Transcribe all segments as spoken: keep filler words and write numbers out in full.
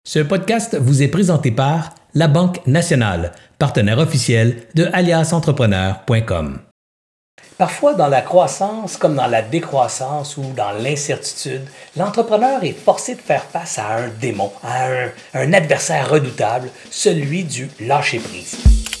Ce podcast vous est présenté par La Banque Nationale, partenaire officiel de alias entrepreneur point com. Parfois, dans la croissance, comme dans la décroissance ou dans l'incertitude, l'entrepreneur est forcé de faire face à un démon, à un, un adversaire redoutable, celui du lâcher-prise.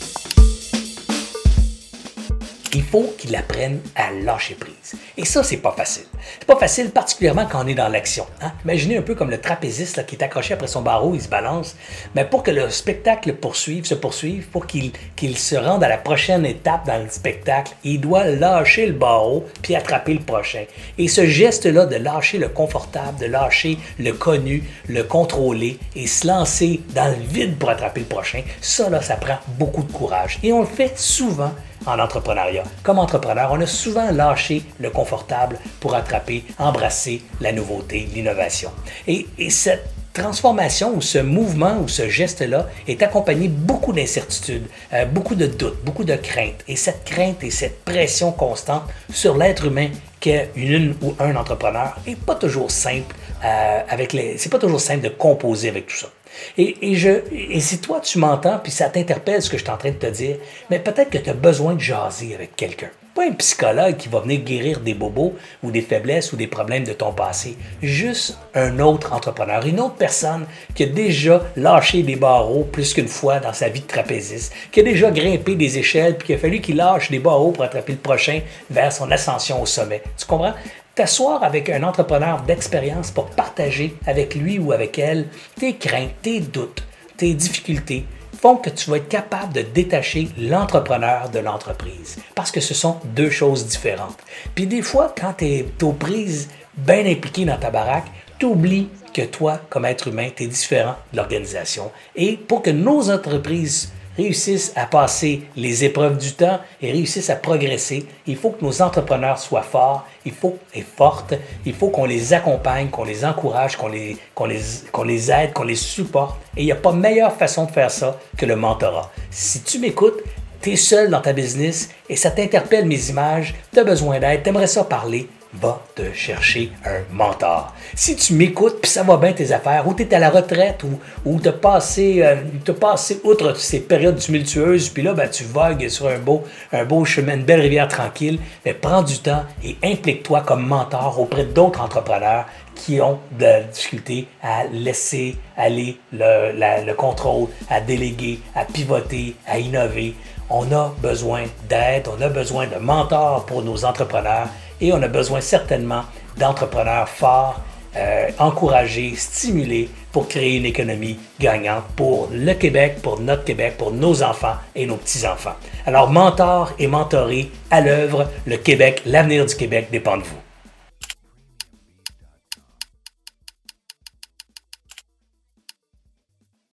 Il faut qu'il apprenne à lâcher prise. Et ça, c'est pas facile. C'est pas facile, particulièrement quand on est dans l'action. Hein? Imaginez un peu comme le trapéziste là, qui est accroché après son barreau, il se balance. Mais pour que le spectacle poursuive, se poursuive, pour qu'il, qu'il se rende à la prochaine étape dans le spectacle, il doit lâcher le barreau puis attraper le prochain. Et ce geste-là de lâcher le confortable, de lâcher le connu, le contrôler et se lancer dans le vide pour attraper le prochain, ça, là, ça prend beaucoup de courage. Et on le fait souvent en entrepreneuriat. Comme entrepreneur, on a souvent lâché le confortable pour attraper, embrasser la nouveauté, l'innovation. Et, et cette transformation ou ce mouvement ou ce geste-là est accompagné de beaucoup d'incertitudes, euh, beaucoup de doutes, beaucoup de craintes. Et cette crainte et cette pression constante sur l'être humain qu'est une ou un entrepreneur n'est pas toujours simple. Euh, avec les, c'est pas toujours simple de composer avec tout ça. Et, et, je, et si toi, tu m'entends, puis ça t'interpelle ce que je suis en train de te dire, mais peut-être que tu as besoin de jaser avec quelqu'un. Pas un psychologue qui va venir guérir des bobos ou des faiblesses ou des problèmes de ton passé. Juste un autre entrepreneur, une autre personne qui a déjà lâché des barreaux plus qu'une fois dans sa vie de trapéziste, qui a déjà grimpé des échelles puis qu'il a fallu qu'il lâche des barreaux pour attraper le prochain vers son ascension au sommet. Tu comprends? T'asseoir avec un entrepreneur d'expérience pour partager avec lui ou avec elle tes craintes, tes doutes, tes difficultés font que tu vas être capable de détacher l'entrepreneur de l'entreprise. Parce que ce sont deux choses différentes. Puis des fois, quand tu es aux prises bien impliqué dans ta baraque, tu oublies que toi, comme être humain, tu es différent de l'organisation. Et pour que nos entreprises réussissent à passer les épreuves du temps et réussissent à progresser, il faut que nos entrepreneurs soient forts, il faut et fortes, il faut qu'on les accompagne, qu'on les encourage, qu'on les, qu'on les, qu'on les aide, qu'on les supporte. Et il n'y a pas meilleure façon de faire ça que le mentorat. Si tu m'écoutes, tu es seul dans ta business et ça t'interpelle mes images, tu as besoin d'aide, tu aimerais ça parler, va te chercher un mentor. Si tu m'écoutes puis ça va bien tes affaires, ou tu es à la retraite, ou, ou tu as passé, euh, t'as passé outre ces périodes tumultueuses, puis là, ben, tu vogues sur un beau, un beau chemin, une belle rivière tranquille, mais prends du temps et implique-toi comme mentor auprès d'autres entrepreneurs qui ont de la difficulté à laisser aller le, la, le contrôle, à déléguer, à pivoter, à innover. On a besoin d'aide, on a besoin de mentors pour nos entrepreneurs et on a besoin certainement d'entrepreneurs forts, euh, encouragés, stimulés pour créer une économie gagnante pour le Québec, pour notre Québec, pour nos enfants et nos petits-enfants. Alors, mentors et mentorés à l'œuvre, le Québec, l'avenir du Québec dépend de vous.